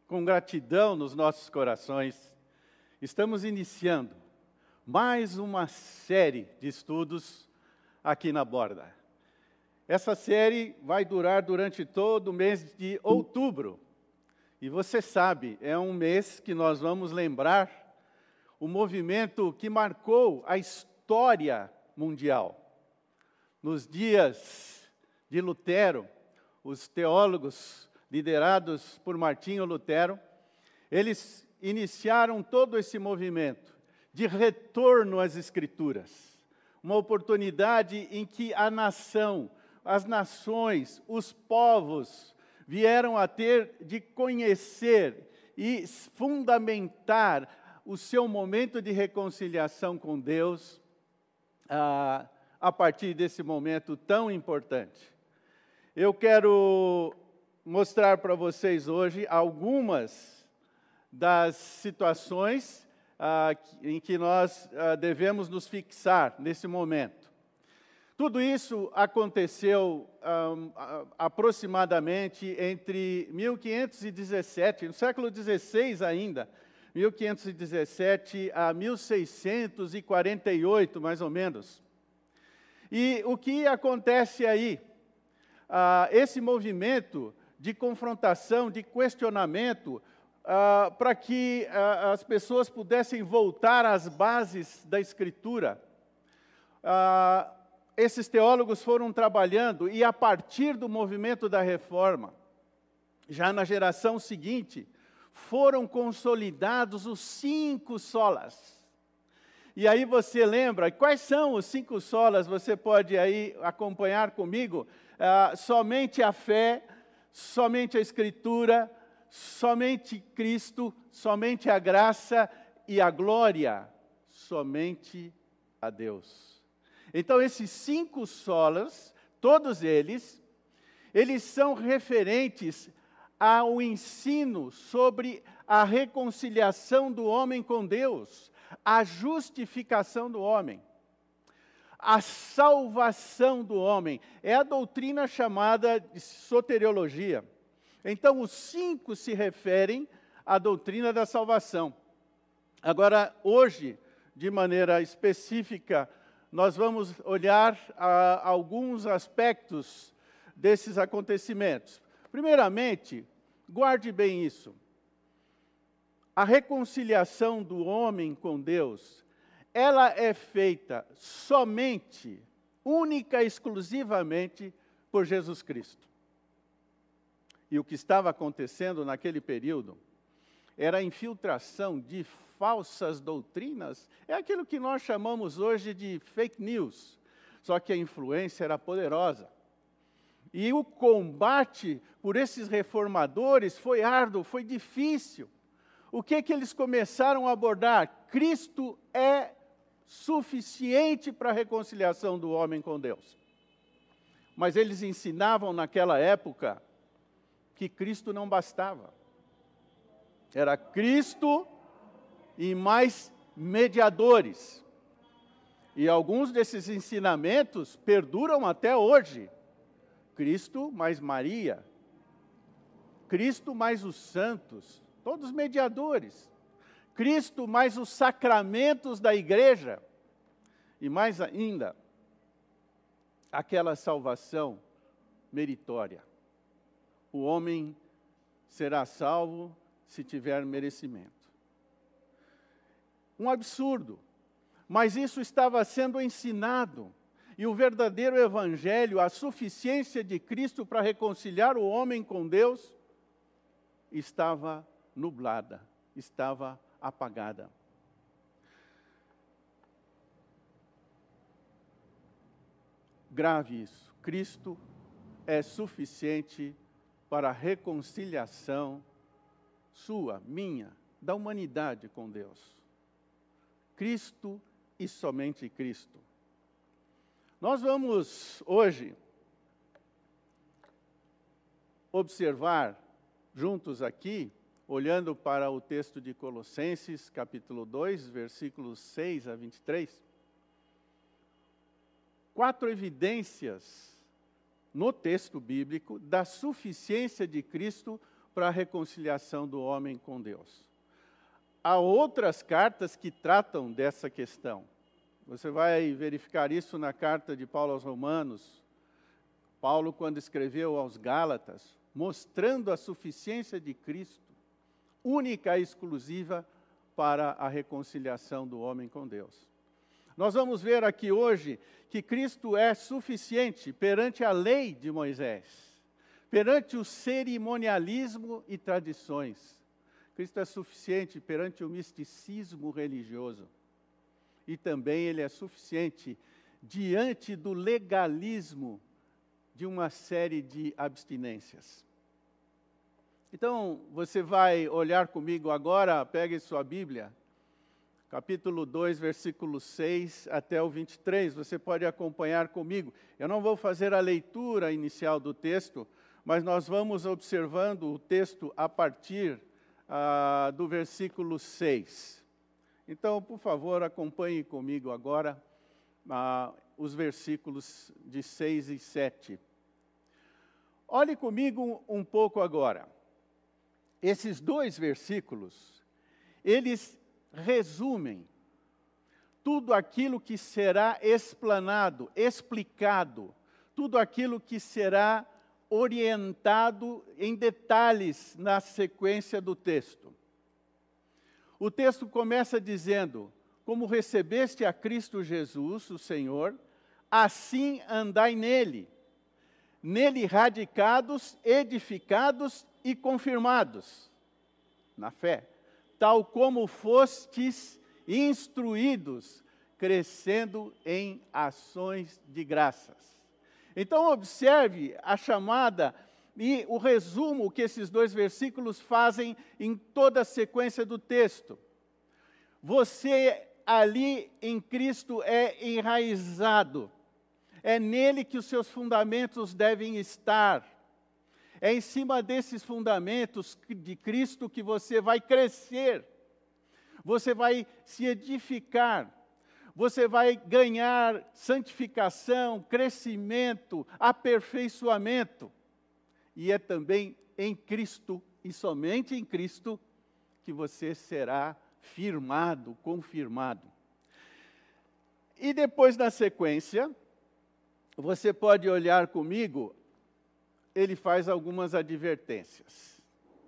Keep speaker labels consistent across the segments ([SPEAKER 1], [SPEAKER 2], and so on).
[SPEAKER 1] com gratidão nos nossos corações, estamos iniciando mais uma série de estudos aqui na Borda. Essa série vai durar durante todo o mês de outubro. E você sabe, é um mês que nós vamos lembrar o movimento que marcou a história mundial. Nos dias de Lutero, os teólogos liderados por Martinho Lutero, eles iniciaram todo esse movimento de retorno às Escrituras. Uma oportunidade em que a nação, as nações, os povos vieram a ter de conhecer e fundamentar o seu momento de reconciliação com Deus a partir desse momento tão importante. Eu quero mostrar para vocês hoje algumas das situações em que nós devemos nos fixar nesse momento. Tudo isso aconteceu aproximadamente entre 1517, no século XVI ainda, 1517 a 1648, mais ou menos. E o que acontece aí? Esse movimento de confrontação, de questionamento, para que as pessoas pudessem voltar às bases da Escritura. Esses teólogos foram trabalhando e a partir do movimento da Reforma, já na geração seguinte, foram consolidados os 5 solas. E aí você lembra, quais são os 5 solas? Você pode aí acompanhar comigo. Somente a fé, somente a Escritura, somente Cristo, somente a graça e a glória, somente a Deus. Então, esses 5 solas, todos eles são referentes ao ensino sobre a reconciliação do homem com Deus, a justificação do homem, a salvação do homem. É a doutrina chamada de soteriologia. Então, os 5 se referem à doutrina da salvação. Agora, hoje, de maneira específica, nós vamos olhar alguns aspectos desses acontecimentos. Primeiramente, guarde bem isso. A reconciliação do homem com Deus, ela é feita somente, única e exclusivamente, por Jesus Cristo. E o que estava acontecendo naquele período era a infiltração de falsas doutrinas, é aquilo que nós chamamos hoje de fake news, só que a influência era poderosa. E o combate por esses reformadores foi árduo, foi difícil. O que eles começaram a abordar? Cristo é suficiente para a reconciliação do homem com Deus. Mas eles ensinavam naquela época que Cristo não bastava. Era Cristo e mais mediadores. E alguns desses ensinamentos perduram até hoje. Cristo mais Maria, Cristo mais os santos, todos mediadores. Cristo mais os sacramentos da igreja. E mais ainda, aquela salvação meritória. O homem será salvo se tiver merecimento. Um absurdo, mas isso estava sendo ensinado. E o verdadeiro evangelho, a suficiência de Cristo para reconciliar o homem com Deus, estava nublada, estava apagada. Grave isso. Cristo é suficiente para a reconciliação sua, minha, da humanidade com Deus. Cristo e somente Cristo. Nós vamos hoje observar juntos aqui, olhando para o texto de Colossenses, capítulo 2, versículos 6 a 23, 4 evidências no texto bíblico da suficiência de Cristo para a reconciliação do homem com Deus. Há outras cartas que tratam dessa questão. Você vai verificar isso na carta de Paulo aos Romanos. Paulo, quando escreveu aos Gálatas, mostrando a suficiência de Cristo, única e exclusiva para a reconciliação do homem com Deus. Nós vamos ver aqui hoje que Cristo é suficiente perante a lei de Moisés, perante o cerimonialismo e tradições. Cristo é suficiente perante o misticismo religioso. E também Ele é suficiente diante do legalismo de uma série de abstinências. Então, você vai olhar comigo agora, pegue sua Bíblia, capítulo 2, versículo 6 até o 23, você pode acompanhar comigo. Eu não vou fazer a leitura inicial do texto, mas nós vamos observando o texto a partir do versículo 6. Então, por favor, acompanhe comigo agora os versículos de 6 e 7. Olhe comigo um pouco agora. Esses dois versículos, eles resumem tudo aquilo que será explanado, explicado, tudo aquilo que será orientado em detalhes na sequência do texto. O texto começa dizendo: como recebeste a Cristo Jesus, o Senhor, assim andai nele, nele radicados, edificados e confirmados na fé, tal como fostes instruídos, crescendo em ações de graças. Então, observe a chamada e o resumo que esses dois versículos fazem em toda a sequência do texto. Você ali em Cristo é enraizado. É nele que os seus fundamentos devem estar. É em cima desses fundamentos de Cristo que você vai crescer. Você vai se edificar. Você vai ganhar santificação, crescimento, aperfeiçoamento. E é também em Cristo, e somente em Cristo, que você será firmado, confirmado. E depois, na sequência, você pode olhar comigo, ele faz algumas advertências.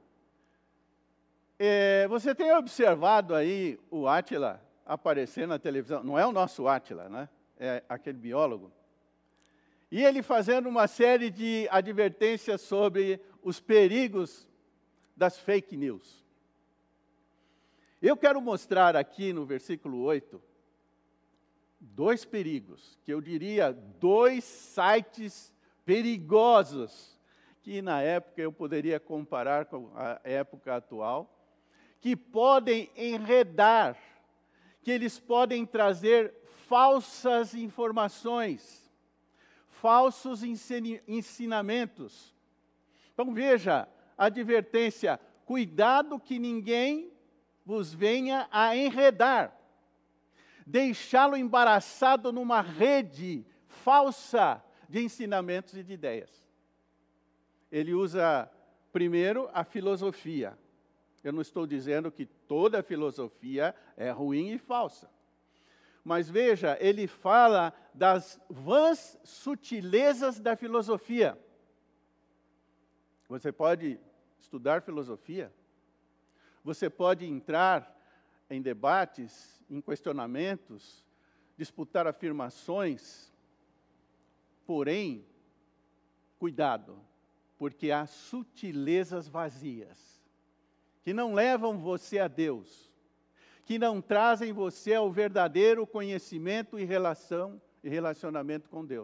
[SPEAKER 1] Você tem observado aí o Átila aparecer na televisão? Não é o nosso Átila, né? É aquele biólogo. E ele fazendo uma série de advertências sobre os perigos das fake news. Eu quero mostrar aqui no versículo 8, dois perigos, que eu diria dois sites perigosos, que na época eu poderia comparar com a época atual, que podem enredar, que eles podem trazer falsas informações, falsos ensinamentos. Então veja a advertência: cuidado que ninguém vos venha a enredar, deixá-lo embaraçado numa rede falsa de ensinamentos e de ideias. Ele usa primeiro a filosofia. Eu não estou dizendo que toda filosofia é ruim e falsa. Mas veja, ele fala das vãs sutilezas da filosofia. Você pode estudar filosofia, você pode entrar em debates, em questionamentos, disputar afirmações, porém, cuidado, porque há sutilezas vazias, que não levam você a Deus, que não trazem você ao verdadeiro conhecimento e relacionamento com Deus.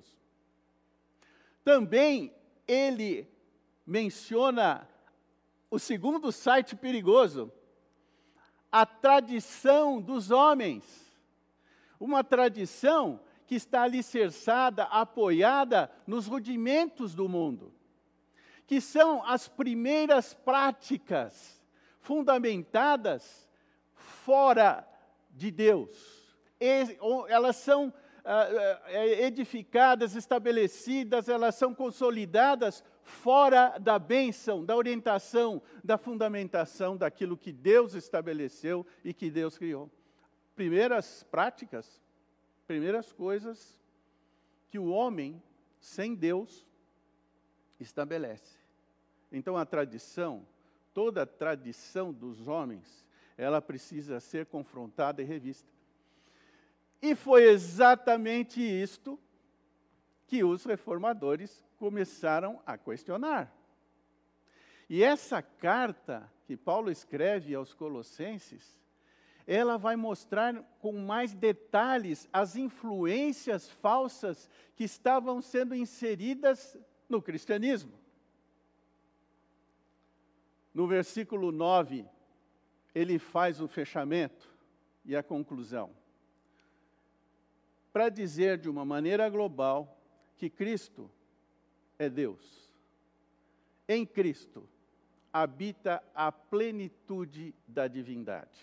[SPEAKER 1] Também ele menciona o segundo site perigoso, a tradição dos homens. Uma tradição que está alicerçada, apoiada nos rudimentos do mundo, que são as primeiras práticas fundamentadas fora de Deus. Elas são edificadas, estabelecidas, elas são consolidadas fora da bênção, da orientação, da fundamentação daquilo que Deus estabeleceu e que Deus criou. Primeiras práticas, primeiras coisas que o homem, sem Deus, estabelece. Então a tradição, toda a tradição dos homens, ela precisa ser confrontada e revista. E foi exatamente isto que os reformadores começaram a questionar. E essa carta que Paulo escreve aos Colossenses, ela vai mostrar com mais detalhes as influências falsas que estavam sendo inseridas no cristianismo. No versículo 9, ele faz o fechamento e a conclusão, para dizer de uma maneira global que Cristo é Deus. Em Cristo habita a plenitude da divindade.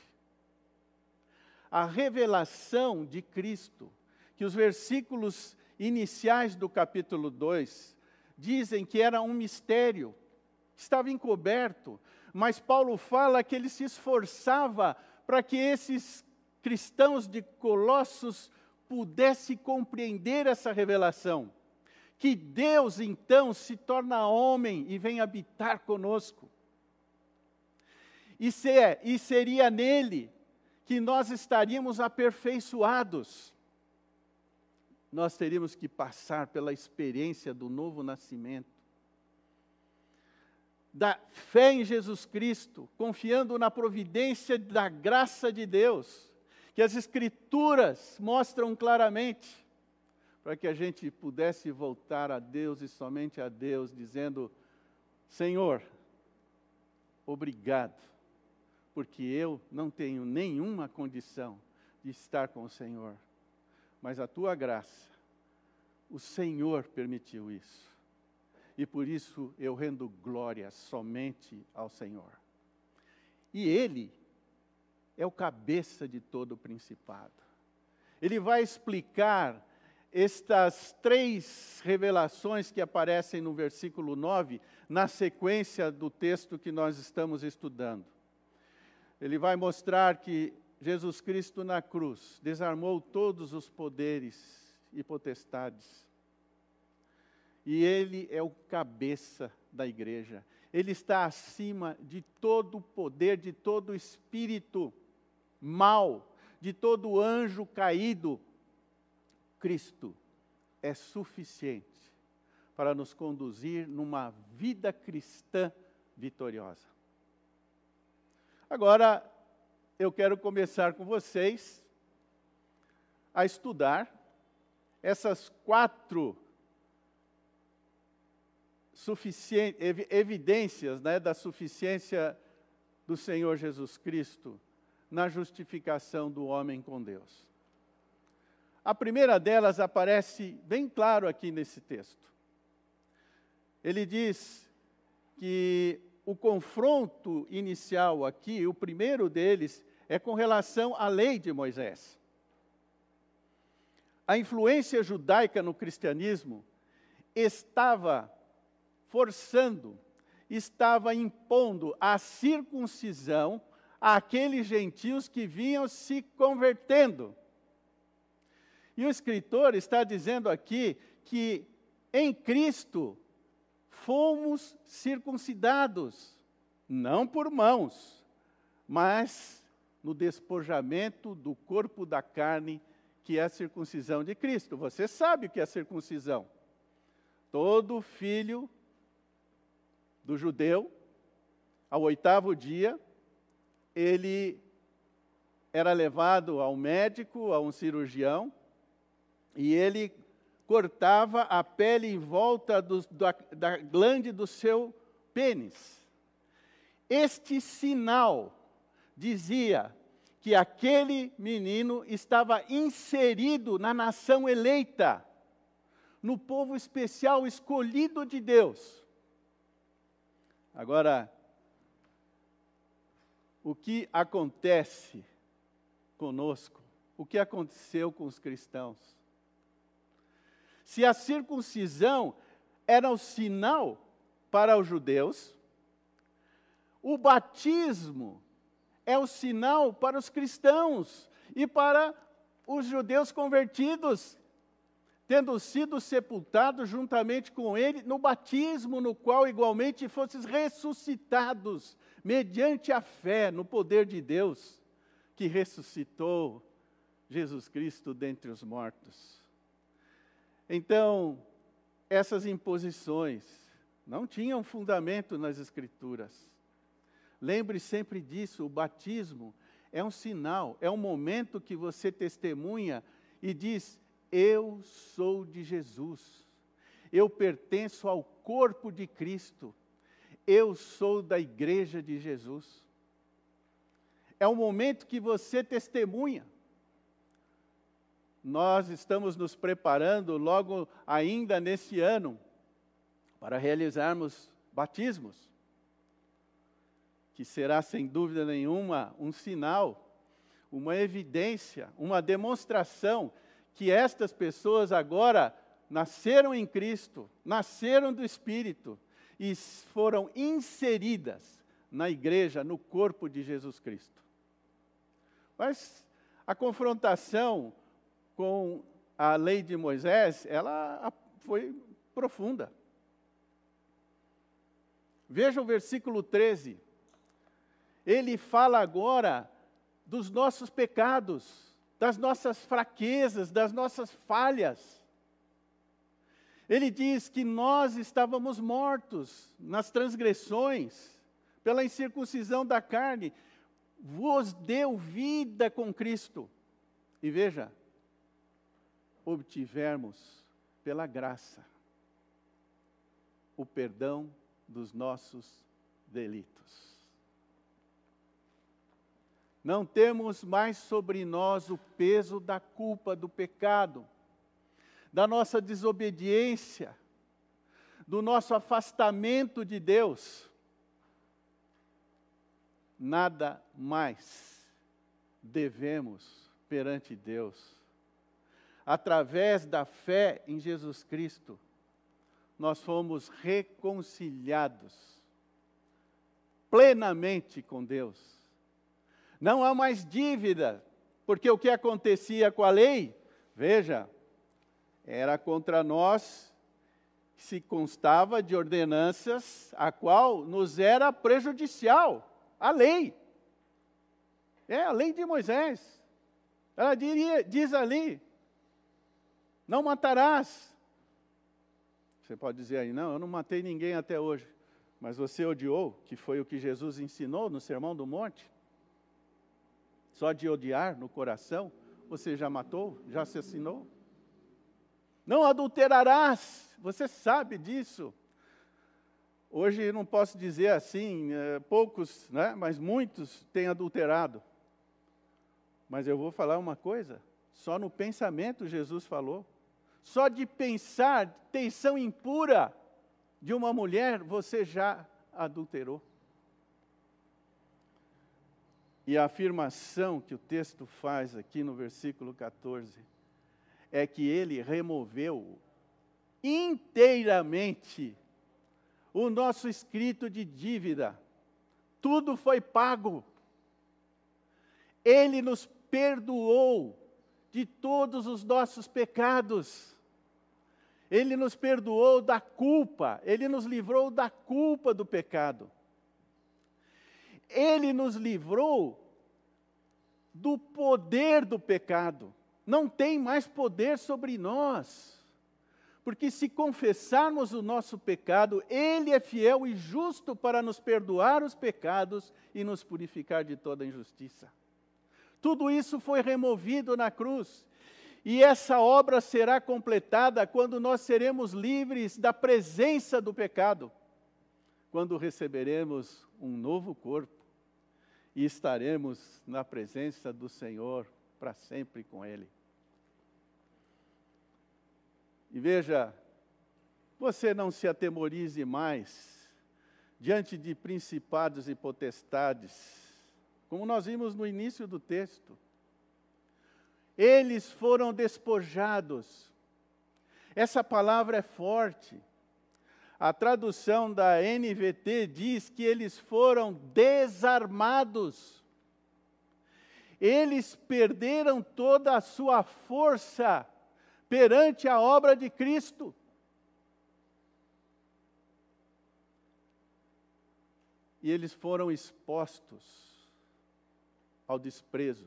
[SPEAKER 1] A revelação de Cristo, que os versículos iniciais do capítulo 2 dizem que era um mistério, estava encoberto, mas Paulo fala que ele se esforçava para que esses cristãos de Colossos pudessem compreender essa revelação. Que Deus, então, se torna homem e vem habitar conosco. E seria nele que nós estaríamos aperfeiçoados. Nós teríamos que passar pela experiência do novo nascimento, da fé em Jesus Cristo, confiando na providência da graça de Deus, que as Escrituras mostram claramente, para que a gente pudesse voltar a Deus e somente a Deus, dizendo: Senhor, obrigado, porque eu não tenho nenhuma condição de estar com o Senhor, mas a Tua graça, o Senhor permitiu isso, e por isso eu rendo glória somente ao Senhor. E Ele é o cabeça de todo o principado. Ele vai explicar estas 3 revelações que aparecem no versículo 9, na sequência do texto que nós estamos estudando. Ele vai mostrar que Jesus Cristo na cruz desarmou todos os poderes e potestades. E Ele é o cabeça da igreja. Ele está acima de todo poder, de todo espírito mal, de todo anjo caído. Cristo é suficiente para nos conduzir numa vida cristã vitoriosa. Agora, eu quero começar com vocês a estudar essas 4 evidências, da suficiência do Senhor Jesus Cristo na justificação do homem com Deus. A primeira delas aparece bem claro aqui nesse texto. Ele diz que o confronto inicial aqui, o primeiro deles, é com relação à lei de Moisés. A influência judaica no cristianismo estava forçando, estava impondo a circuncisão àqueles gentios que vinham se convertendo. E o escritor está dizendo aqui que em Cristo fomos circuncidados, não por mãos, mas no despojamento do corpo da carne, que é a circuncisão de Cristo. Você sabe o que é a circuncisão? Todo filho do judeu, ao 8º dia, ele era levado ao médico, a um cirurgião, e ele cortava a pele em volta da glande do seu pênis. Este sinal dizia que aquele menino estava inserido na nação eleita, no povo especial escolhido de Deus. Agora, o que acontece conosco? O que aconteceu com os cristãos? Se a circuncisão era o sinal para os judeus, o batismo é o sinal para os cristãos e para os judeus convertidos, tendo sido sepultados juntamente com ele no batismo, no qual igualmente fostes ressuscitados, mediante a fé no poder de Deus, que ressuscitou Jesus Cristo dentre os mortos. Então, essas imposições não tinham fundamento nas Escrituras. Lembre sempre disso, o batismo é um sinal, é um momento que você testemunha e diz: eu sou de Jesus, eu pertenço ao corpo de Cristo, eu sou da igreja de Jesus. É um momento que você testemunha. Nós estamos nos preparando logo ainda nesse ano para realizarmos batismos, que será sem dúvida nenhuma um sinal, uma evidência, uma demonstração que estas pessoas agora nasceram em Cristo, nasceram do Espírito e foram inseridas na igreja, no corpo de Jesus Cristo. Mas a confrontação com a lei de Moisés, ela foi profunda. Veja o versículo 13. Ele fala agora dos nossos pecados, das nossas fraquezas, das nossas falhas. Ele diz que nós estávamos mortos nas transgressões, pela incircuncisão da carne, vos deu vida com Cristo. E veja, obtivemos pela graça o perdão dos nossos delitos. Não temos mais sobre nós o peso da culpa do pecado, da nossa desobediência, do nosso afastamento de Deus. Nada mais devemos perante Deus. Através da fé em Jesus Cristo, nós fomos reconciliados plenamente com Deus. Não há mais dívida, porque o que acontecia com a lei, veja, era contra nós, se constava de ordenanças, a qual nos era prejudicial, a lei. É a lei de Moisés. Ela diz ali, não matarás. Você pode dizer aí, não, eu não matei ninguém até hoje. Mas você odiou, que foi o que Jesus ensinou no Sermão do Monte? Só de odiar no coração, você já matou, já assassinou? Não adulterarás, você sabe disso. Hoje não posso dizer assim, poucos, né, mas muitos têm adulterado. Mas eu vou falar uma coisa, só no pensamento Jesus falou. Só de pensar, tensão impura de uma mulher, você já adulterou. E a afirmação que o texto faz aqui no versículo 14, é que ele removeu inteiramente o nosso escrito de dívida. Tudo foi pago. Ele nos perdoou de todos os nossos pecados. Ele nos perdoou da culpa, Ele nos livrou da culpa do pecado. Ele nos livrou do poder do pecado. Não tem mais poder sobre nós. Porque se confessarmos o nosso pecado, Ele é fiel e justo para nos perdoar os pecados e nos purificar de toda injustiça. Tudo isso foi removido na cruz. E essa obra será completada quando nós seremos livres da presença do pecado. Quando receberemos um novo corpo e estaremos na presença do Senhor para sempre com Ele. E veja, você não se atemorize mais diante de principados e potestades, como nós vimos no início do texto. Eles foram despojados. Essa palavra é forte. A tradução da NVT diz que eles foram desarmados. Eles perderam toda a sua força perante a obra de Cristo. E eles foram expostos ao desprezo.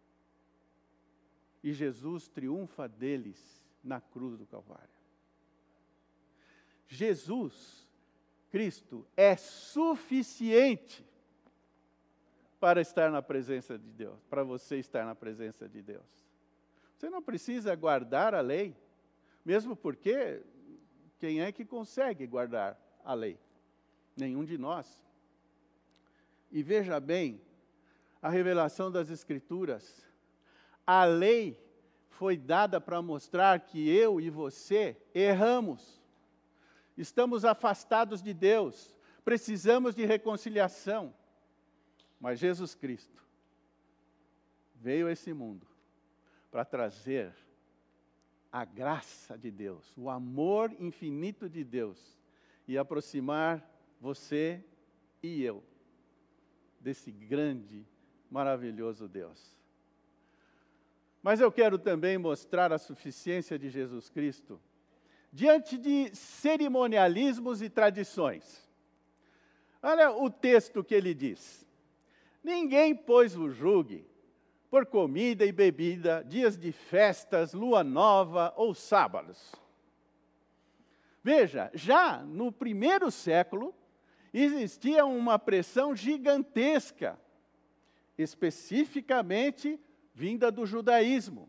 [SPEAKER 1] E Jesus triunfa deles na cruz do Calvário. Jesus, Cristo, é suficiente para estar na presença de Deus, para você estar na presença de Deus. Você não precisa guardar a lei, mesmo porque quem é que consegue guardar a lei? Nenhum de nós. E veja bem, a revelação das Escrituras, a lei foi dada para mostrar que eu e você erramos. Estamos afastados de Deus, precisamos de reconciliação. Mas Jesus Cristo veio a esse mundo para trazer a graça de Deus, o amor infinito de Deus e aproximar você e eu desse grande, maravilhoso Deus. Mas eu quero também mostrar a suficiência de Jesus Cristo diante de cerimonialismos e tradições. Olha o texto que ele diz: ninguém, pois, vos julgue por comida e bebida, dias de festas, lua nova ou sábados. Veja, já no primeiro século, existia uma pressão gigantesca, especificamente vinda do judaísmo.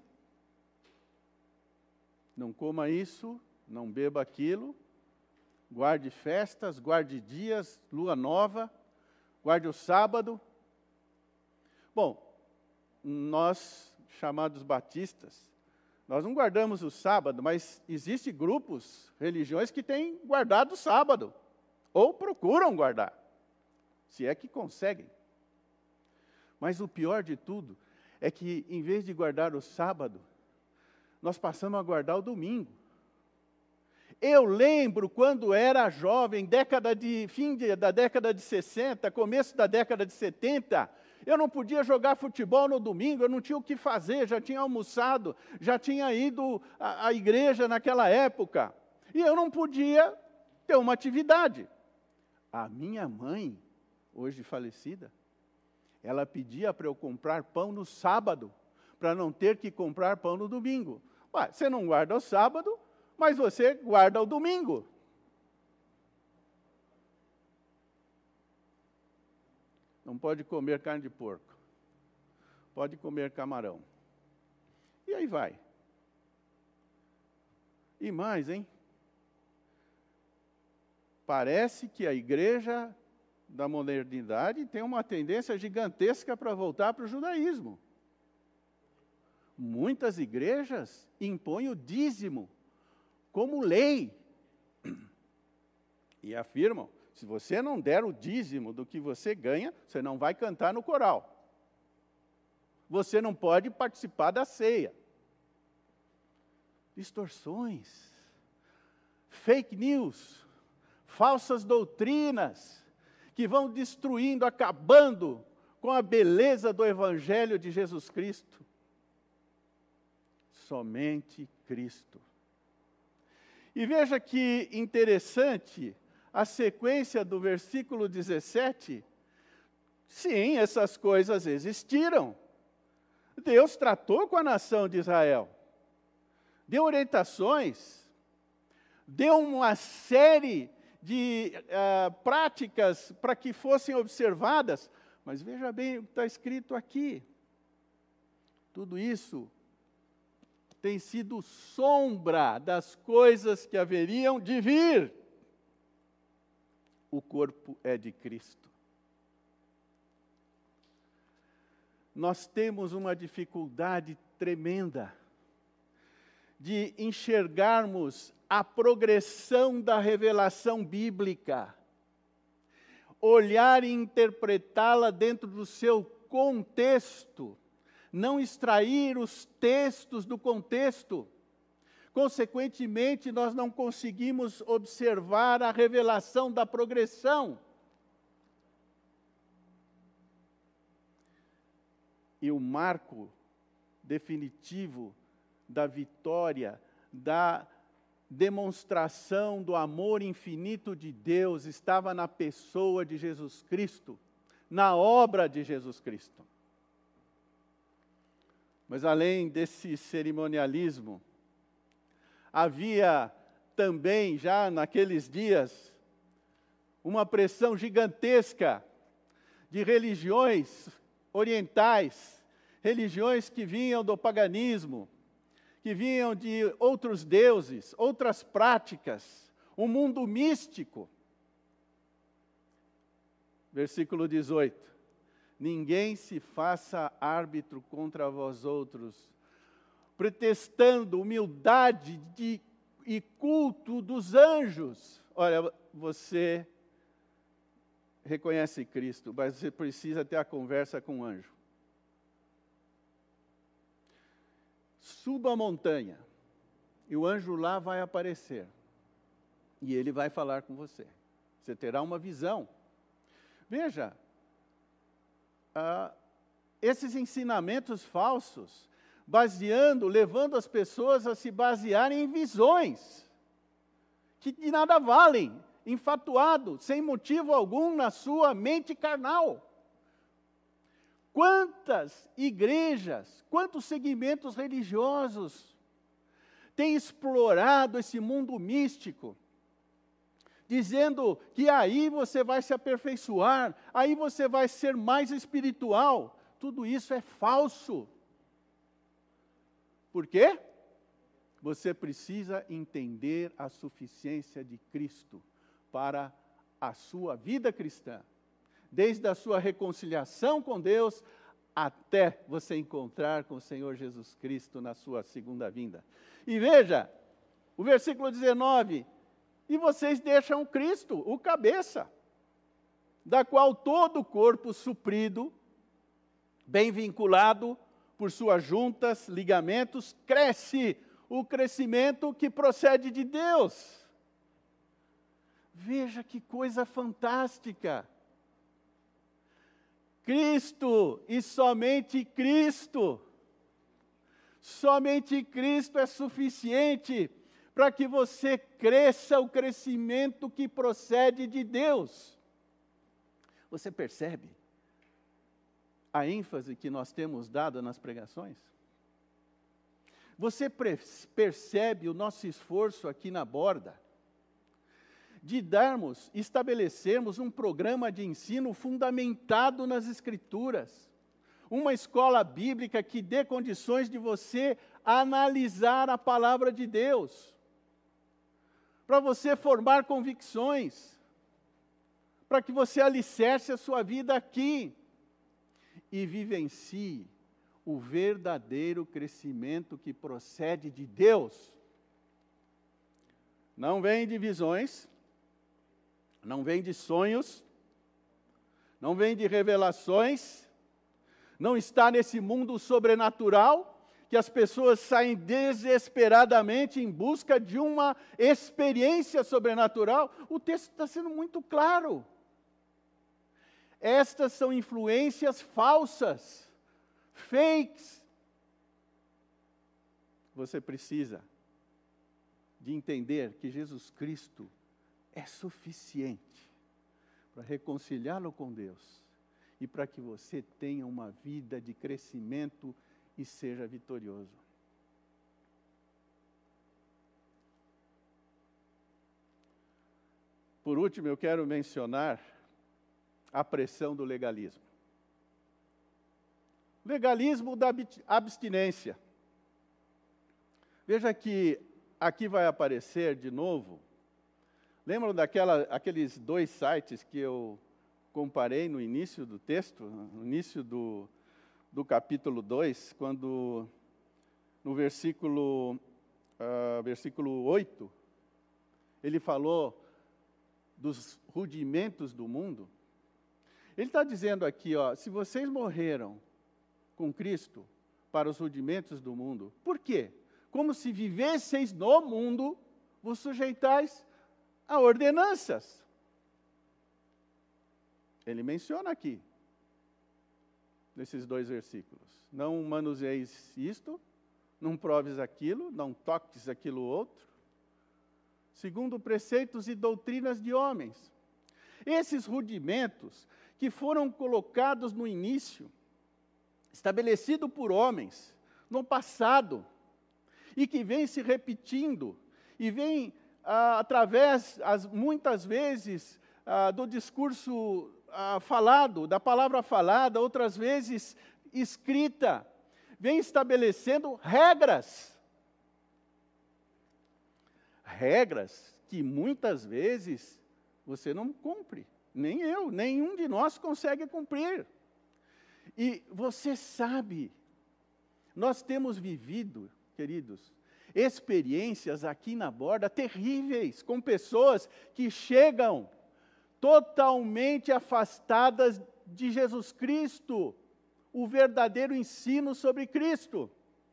[SPEAKER 1] Não coma isso, não beba aquilo, guarde festas, guarde dias, lua nova, guarde o sábado. Bom, nós, chamados batistas, nós não guardamos o sábado, mas existem grupos, religiões que têm guardado o sábado, ou procuram guardar, se é que conseguem. Mas o pior de tudo é que, em vez de guardar o sábado, nós passamos a guardar o domingo. Eu lembro quando era jovem, fim da década de 60, começo da década de 70, eu não podia jogar futebol no domingo, eu não tinha o que fazer, já tinha almoçado, já tinha ido à igreja naquela época, e eu não podia ter uma atividade. A minha mãe, hoje falecida, ela pedia para eu comprar pão no sábado, para não ter que comprar pão no domingo. Ué, você não guarda o sábado, mas você guarda o domingo. Não pode comer carne de porco. Pode comer camarão. E aí vai. E mais, hein? Parece que a igreja da modernidade tem uma tendência gigantesca para voltar para o judaísmo. Muitas igrejas impõem o dízimo como lei. E afirmam, se você não der o dízimo do que você ganha, você não vai cantar no coral. Você não pode participar da ceia. Distorções, fake news, falsas doutrinas, que vão destruindo, acabando com a beleza do Evangelho de Jesus Cristo. Somente Cristo. E veja que interessante a sequência do versículo 17. Sim, essas coisas existiram. Deus tratou com a nação de Israel. Deu orientações. Deu uma série de práticas para que fossem observadas. Mas veja bem o que está escrito aqui. Tudo isso tem sido sombra das coisas que haveriam de vir. O corpo é de Cristo. Nós temos uma dificuldade tremenda de enxergarmos a progressão da revelação bíblica, olhar e interpretá-la dentro do seu contexto, não extrair os textos do contexto. Consequentemente, nós não conseguimos observar a revelação da progressão. E o marco definitivo da vitória, da demonstração do amor infinito de Deus estava na pessoa de Jesus Cristo, na obra de Jesus Cristo. Mas além desse cerimonialismo, havia também, já naqueles dias, uma pressão gigantesca de religiões orientais, religiões que vinham do paganismo, que vinham de outros deuses, outras práticas, um mundo místico. Versículo 18: ninguém se faça árbitro contra vós outros, pretextando humildade e culto dos anjos. Olha, você reconhece Cristo, mas você precisa ter a conversa com o anjo. Suba a montanha, e o anjo lá vai aparecer, e ele vai falar com você. Você terá uma visão. Veja, esses ensinamentos falsos, levando as pessoas a se basearem em visões, que de nada valem, enfatuado, sem motivo algum na sua mente carnal. Quantas igrejas, quantos segmentos religiosos têm explorado esse mundo místico, dizendo que aí você vai se aperfeiçoar, aí você vai ser mais espiritual. Tudo isso é falso. Por quê? Você precisa entender a suficiência de Cristo para a sua vida cristã. Desde a sua reconciliação com Deus, até você encontrar com o Senhor Jesus Cristo na sua segunda vinda. E veja, o versículo 19, e vocês deixam Cristo, o cabeça, da qual todo o corpo suprido, bem vinculado por suas juntas, ligamentos, cresce o crescimento que procede de Deus. Veja que coisa fantástica! Cristo e somente Cristo. Somente Cristo é suficiente para que você cresça o crescimento que procede de Deus. Você percebe a ênfase que nós temos dado nas pregações? Você percebe o nosso esforço aqui na Borda de estabelecermos um programa de ensino fundamentado nas Escrituras, uma escola bíblica que dê condições de você analisar a palavra de Deus, para você formar convicções, para que você alicerce a sua vida aqui e vivencie o verdadeiro crescimento que procede de Deus. Não vem de visões, não vem de sonhos, não vem de revelações, não está nesse mundo sobrenatural, que as pessoas saem desesperadamente em busca de uma experiência sobrenatural. O texto está sendo muito claro. Estas são influências falsas, fakes. Você precisa de entender que Jesus Cristo é suficiente para reconciliá-lo com Deus e para que você tenha uma vida de crescimento e seja vitorioso. Por último, eu quero mencionar a pressão do legalismo. Legalismo da abstinência. Veja que aqui vai aparecer de novo. Lembram aqueles 2 sites que eu comparei no início do texto, no início do capítulo 2, quando no versículo 8, ele falou dos rudimentos do mundo. Ele está dizendo aqui, se vocês morreram com Cristo para os rudimentos do mundo, por quê? como se vivesseis no mundo, vos sujeitais a ordenanças. Ele menciona aqui, nesses 2 versículos. Não manuseis isto, não proves aquilo, não toques aquilo outro, segundo preceitos e doutrinas de homens. Esses rudimentos que foram colocados no início, estabelecido por homens, no passado, e que vem se repetindo, e vem através, muitas vezes, do discurso falado, da palavra falada, outras vezes escrita, vem estabelecendo regras. Regras que muitas vezes você não cumpre, nem eu, nenhum de nós consegue cumprir. E você sabe, nós temos vivido, queridos, experiências aqui na borda terríveis, com pessoas que chegam totalmente afastadas de Jesus Cristo, o verdadeiro ensino sobre Cristo.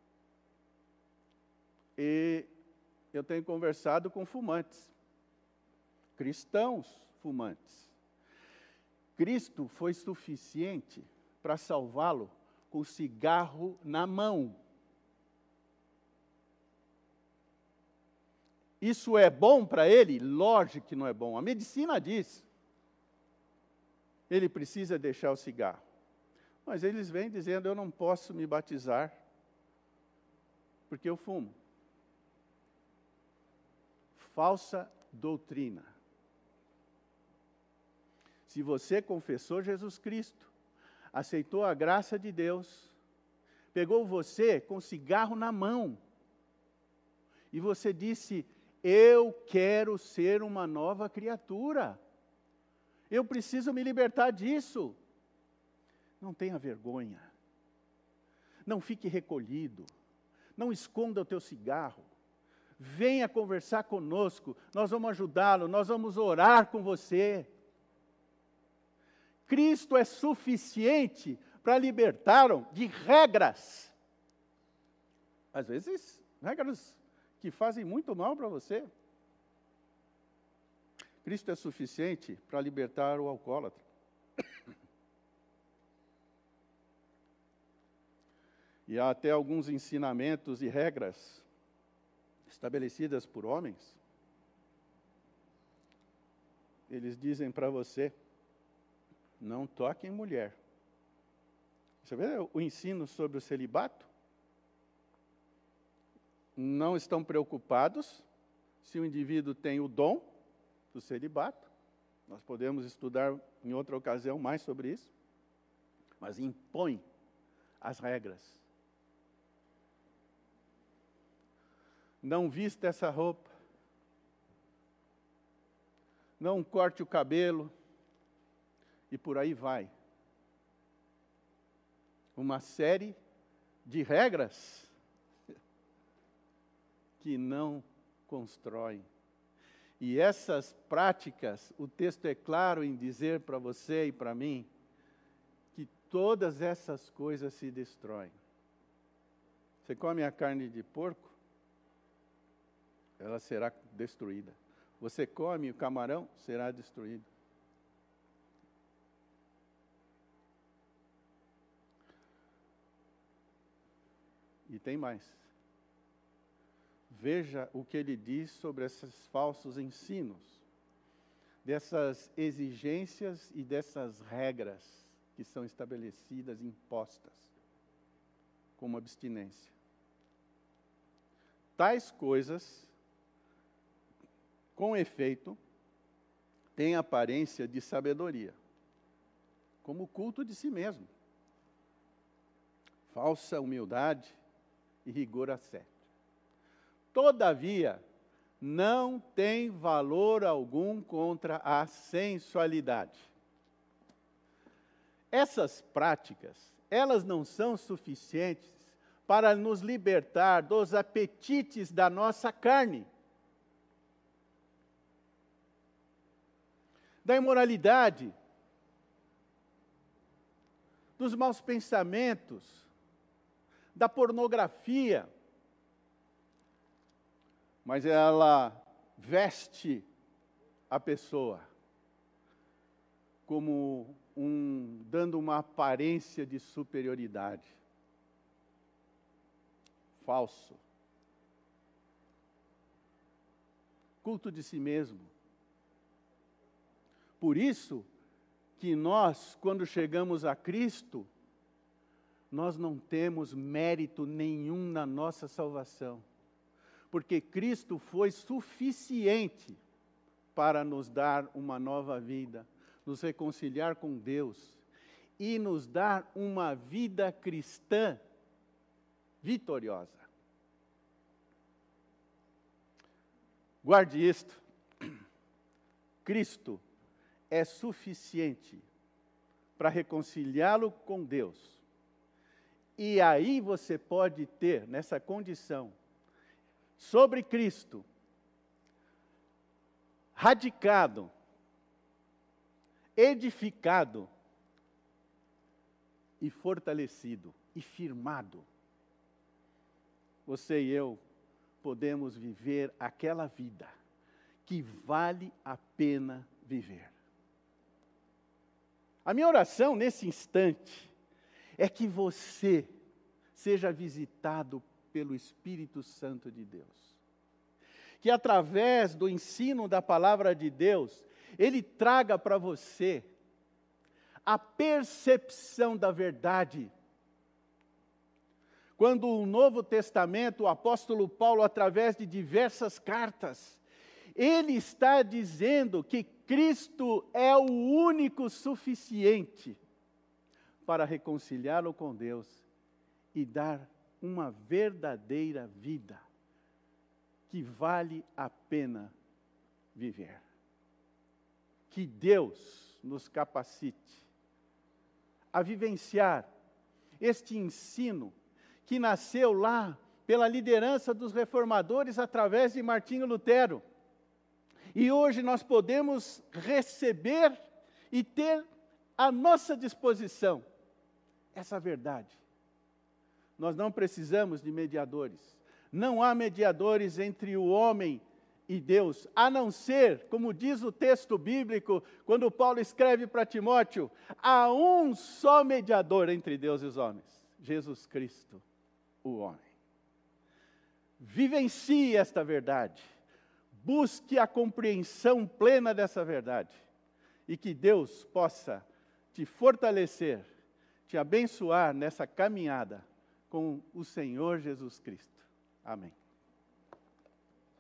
[SPEAKER 1] E eu tenho conversado com fumantes, cristãos fumantes. Cristo foi suficiente para salvá-lo com o cigarro na mão. Isso é bom para ele? Lógico que não é bom. A medicina diz. Ele precisa deixar o cigarro. Mas eles vêm dizendo, eu não posso me batizar, porque eu fumo. Falsa doutrina. Se você confessou Jesus Cristo, aceitou a graça de Deus, pegou você com cigarro na mão, e você disse, eu quero ser uma nova criatura, eu preciso me libertar disso. Não tenha vergonha, não fique recolhido, não esconda o teu cigarro, venha conversar conosco, nós vamos ajudá-lo, nós vamos orar com você. Cristo é suficiente para libertá-lo de regras, às vezes regras que fazem muito mal para você. Cristo é suficiente para libertar o alcoólatra. E há até alguns ensinamentos e regras estabelecidas por homens. Eles dizem para você, não toque em mulher. Você vê o ensino sobre o celibato? Não estão preocupados se o indivíduo tem o dom do celibato. Nós podemos estudar em outra ocasião mais sobre isso. Mas impõe as regras. Não vista essa roupa. Não corte o cabelo. E por aí vai. Uma série de regras que não constroem. E essas práticas, o texto é claro em dizer para você e para mim, que todas essas coisas se destroem. Você come a carne de porco, ela será destruída. Você come o camarão, será destruído. E tem mais. Veja o que ele diz sobre esses falsos ensinos, dessas exigências e dessas regras que são estabelecidas, impostas, como abstinência. Tais coisas, com efeito, têm aparência de sabedoria, como o culto de si mesmo, falsa humildade e rigor ascético. Todavia, não tem valor algum contra a sensualidade. Essas práticas, elas não são suficientes para nos libertar dos apetites da nossa carne, da imoralidade, dos maus pensamentos, da pornografia, mas ela veste a pessoa como dando uma aparência de superioridade. Falso. Culto de si mesmo. Por isso que nós, quando chegamos a Cristo, nós não temos mérito nenhum na nossa salvação, porque Cristo foi suficiente para nos dar uma nova vida, nos reconciliar com Deus e nos dar uma vida cristã vitoriosa. Guarde isto: Cristo é suficiente para reconciliá-lo com Deus. E aí você pode ter, nessa condição, sobre Cristo, radicado, edificado e fortalecido e firmado. Você e eu podemos viver aquela vida que vale a pena viver. A minha oração nesse instante é que você seja visitado pelo Espírito Santo de Deus. Que através do ensino da palavra de Deus, Ele traga para você a percepção da verdade. Quando o Novo Testamento, o apóstolo Paulo, através de diversas cartas, ele está dizendo que Cristo é o único suficiente para reconciliá-lo com Deus e dar uma verdadeira vida que vale a pena viver. Que Deus nos capacite a vivenciar este ensino que nasceu lá pela liderança dos reformadores através de Martinho Lutero. E hoje nós podemos receber e ter à nossa disposição essa verdade. Nós não precisamos de mediadores. Não há mediadores entre o homem e Deus, a não ser, como diz o texto bíblico, quando Paulo escreve para Timóteo, há um só mediador entre Deus e os homens, Jesus Cristo, o homem. Vivencie esta verdade. Busque a compreensão plena dessa verdade e que Deus possa te fortalecer, te abençoar nessa caminhada com o Senhor Jesus Cristo. Amém.